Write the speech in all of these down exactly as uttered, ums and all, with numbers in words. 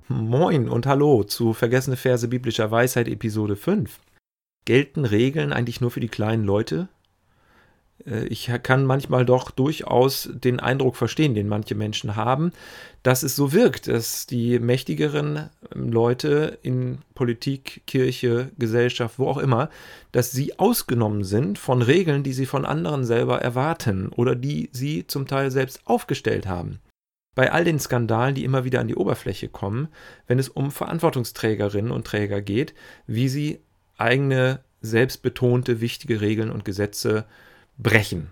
Moin und hallo zu Vergessene Verse biblischer Weisheit Episode fünf. Gelten Regeln eigentlich nur für die kleinen Leute? Ich kann manchmal doch durchaus den Eindruck verstehen, den manche Menschen haben, dass es so wirkt, dass die mächtigeren Leute in Politik, Kirche, Gesellschaft, wo auch immer, dass sie ausgenommen sind von Regeln, die sie von anderen selber erwarten oder die sie zum Teil selbst aufgestellt haben. Bei all den Skandalen, die immer wieder an die Oberfläche kommen, wenn es um Verantwortungsträgerinnen und Träger geht, wie sie eigene, selbstbetonte, wichtige Regeln und Gesetze brechen.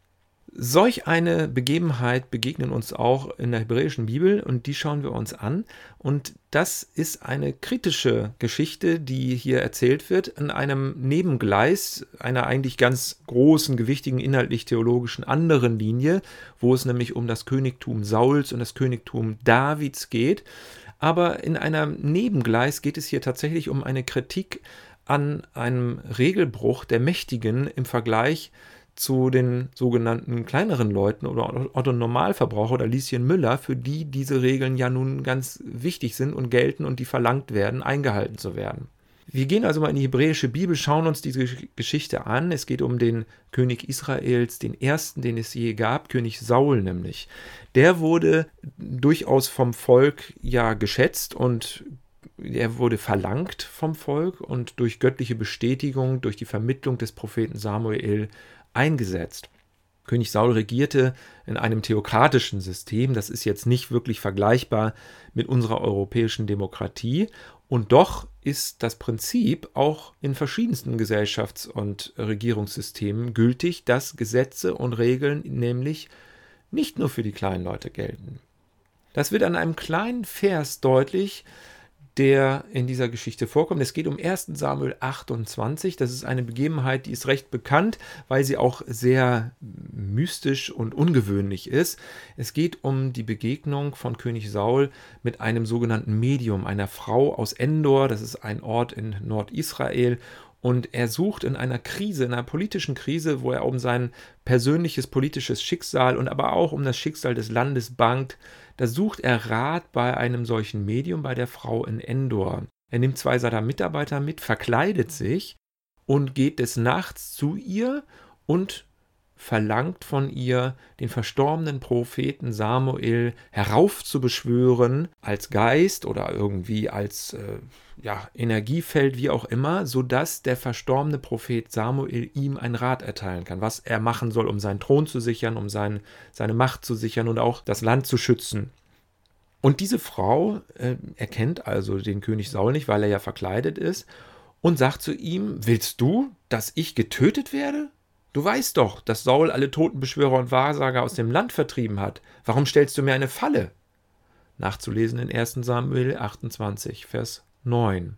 Solch eine Begebenheit begegnet uns auch in der hebräischen Bibel und die schauen wir uns an. Und das ist eine kritische Geschichte, die hier erzählt wird, an einem Nebengleis einer eigentlich ganz großen, gewichtigen, inhaltlich-theologischen anderen Linie, wo es nämlich um das Königtum Sauls und das Königtum Davids geht. Aber in einem Nebengleis geht es hier tatsächlich um eine Kritik an einem Regelbruch der Mächtigen im Vergleich zu den sogenannten kleineren Leuten oder Otto Normalverbraucher oder Lieschen Müller, für die diese Regeln ja nun ganz wichtig sind und gelten und die verlangt werden, eingehalten zu werden. Wir gehen also mal in die hebräische Bibel, schauen uns diese Geschichte an. Es geht um den König Israels, den ersten, den es je gab, König Saul nämlich. Der wurde durchaus vom Volk ja geschätzt und er wurde verlangt vom Volk und durch göttliche Bestätigung, durch die Vermittlung des Propheten Samuel eingesetzt. König Saul regierte in einem theokratischen System, das ist jetzt nicht wirklich vergleichbar mit unserer europäischen Demokratie, und doch ist das Prinzip auch in verschiedensten Gesellschafts- und Regierungssystemen gültig, dass Gesetze und Regeln nämlich nicht nur für die kleinen Leute gelten. Das wird an einem kleinen Vers deutlich, der in dieser Geschichte vorkommt. Es geht um ersten Samuel achtundzwanzig. Das ist eine Begebenheit, die ist recht bekannt, weil sie auch sehr mystisch und ungewöhnlich ist. Es geht um die Begegnung von König Saul mit einem sogenannten Medium, einer Frau aus Endor. Das ist ein Ort in Nordisrael. Und er sucht in einer Krise, in einer politischen Krise, wo er um sein persönliches politisches Schicksal und aber auch um das Schicksal des Landes bangt, da sucht er Rat bei einem solchen Medium, bei der Frau in Endor. Er nimmt zwei seiner Mitarbeiter mit, verkleidet sich und geht des Nachts zu ihr und verlangt von ihr, den verstorbenen Propheten Samuel heraufzubeschwören als Geist oder irgendwie als äh, ja, Energiefeld, wie auch immer, sodass der verstorbene Prophet Samuel ihm einen Rat erteilen kann, was er machen soll, um seinen Thron zu sichern, um sein, seine Macht zu sichern und auch das Land zu schützen. Und diese Frau äh, erkennt also den König Saul nicht, weil er ja verkleidet ist, und sagt zu ihm: Willst du, dass ich getötet werde? Du weißt doch, dass Saul alle Totenbeschwörer und Wahrsager aus dem Land vertrieben hat. Warum stellst du mir eine Falle? Nachzulesen in ersten Samuel achtundzwanzig, Vers neun.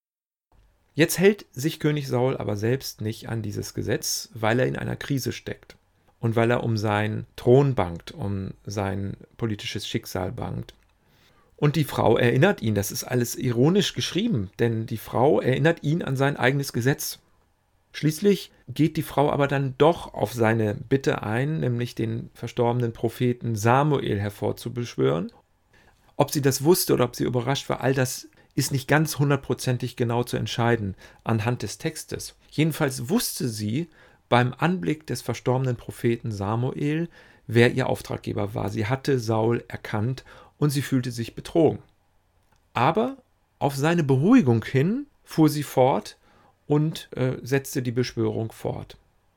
Jetzt hält sich König Saul aber selbst nicht an dieses Gesetz, weil er in einer Krise steckt und weil er um seinen Thron bangt, um sein politisches Schicksal bangt. Und die Frau erinnert ihn, das ist alles ironisch geschrieben, denn die Frau erinnert ihn an sein eigenes Gesetz. Schließlich geht die Frau aber dann doch auf seine Bitte ein, nämlich den verstorbenen Propheten Samuel hervorzubeschwören. Ob sie das wusste oder ob sie überrascht war, all das ist nicht ganz hundertprozentig genau zu entscheiden anhand des Textes. Jedenfalls wusste sie beim Anblick des verstorbenen Propheten Samuel, wer ihr Auftraggeber war. Sie hatte Saul erkannt und sie fühlte sich betrogen. Aber auf seine Beruhigung hin fuhr sie fort und äh, setzte die Beschwörung fort.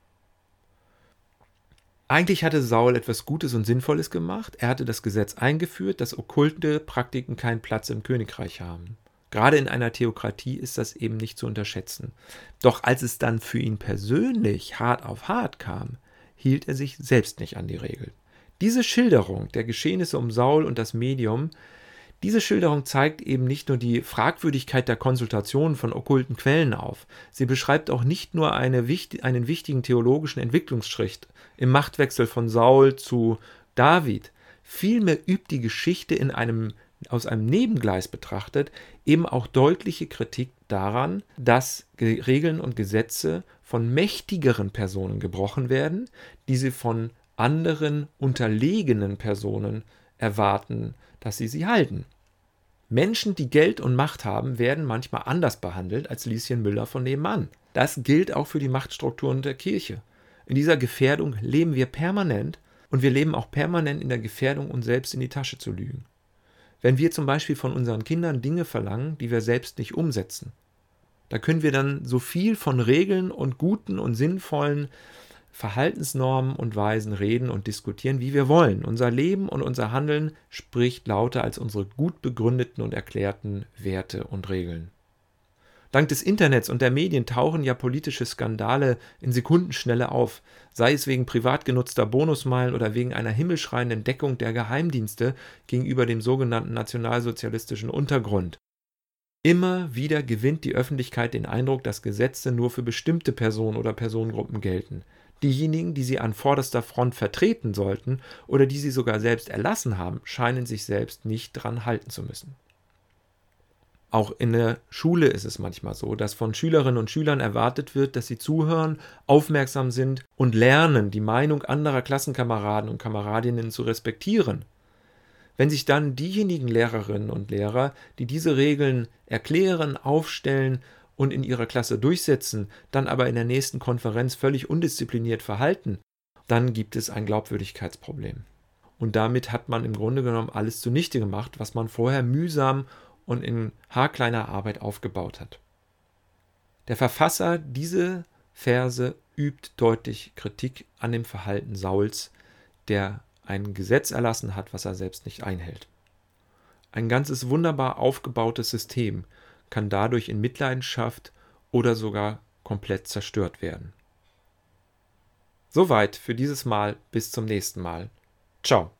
Eigentlich hatte Saul etwas Gutes und Sinnvolles gemacht. Er hatte das Gesetz eingeführt, dass okkulte Praktiken keinen Platz im Königreich haben. Gerade in einer Theokratie ist das eben nicht zu unterschätzen. Doch als es dann für ihn persönlich hart auf hart kam, hielt er sich selbst nicht an die Regeln. Diese Schilderung der Geschehnisse um Saul und das Medium, diese Schilderung zeigt eben nicht nur die Fragwürdigkeit der Konsultation von okkulten Quellen auf, sie beschreibt auch nicht nur eine, einen wichtigen theologischen Entwicklungsschritt im Machtwechsel von Saul zu David. Vielmehr übt die Geschichte in einem, aus einem Nebengleis betrachtet eben auch deutliche Kritik daran, dass Regeln und Gesetze von mächtigeren Personen gebrochen werden, die sie von anderen unterlegenen Personen erwarten, dass sie sie halten. Menschen, die Geld und Macht haben, werden manchmal anders behandelt als Lieschen Müller von nebenan. Das gilt auch für die Machtstrukturen der Kirche. In dieser Gefährdung leben wir permanent und wir leben auch permanent in der Gefährdung, uns selbst in die Tasche zu lügen. Wenn wir zum Beispiel von unseren Kindern Dinge verlangen, die wir selbst nicht umsetzen, da können wir dann so viel von Regeln und guten und sinnvollen Verhaltensnormen und Weisen reden und diskutieren, wie wir wollen. Unser Leben und unser Handeln spricht lauter als unsere gut begründeten und erklärten Werte und Regeln. Dank des Internets und der Medien tauchen ja politische Skandale in Sekundenschnelle auf, sei es wegen privat genutzter Bonusmeilen oder wegen einer himmelschreienden Entdeckung der Geheimdienste gegenüber dem sogenannten nationalsozialistischen Untergrund. Immer wieder gewinnt die Öffentlichkeit den Eindruck, dass Gesetze nur für bestimmte Personen oder Personengruppen gelten. Diejenigen, die sie an vorderster Front vertreten sollten oder die sie sogar selbst erlassen haben, scheinen sich selbst nicht dran halten zu müssen. Auch in der Schule ist es manchmal so, dass von Schülerinnen und Schülern erwartet wird, dass sie zuhören, aufmerksam sind und lernen, die Meinung anderer Klassenkameraden und Kameradinnen zu respektieren. Wenn sich dann diejenigen Lehrerinnen und Lehrer, die diese Regeln erklären, aufstellen und in ihrer Klasse durchsetzen, dann aber in der nächsten Konferenz völlig undiszipliniert verhalten, dann gibt es ein Glaubwürdigkeitsproblem. Und damit hat man im Grunde genommen alles zunichte gemacht, was man vorher mühsam und in haarkleiner Arbeit aufgebaut hat. Der Verfasser dieser Verse übt deutlich Kritik an dem Verhalten Sauls, der ein Gesetz erlassen hat, was er selbst nicht einhält. Ein ganzes wunderbar aufgebautes System kann dadurch in Mitleidenschaft oder sogar komplett zerstört werden. Soweit für dieses Mal, bis zum nächsten Mal. Ciao.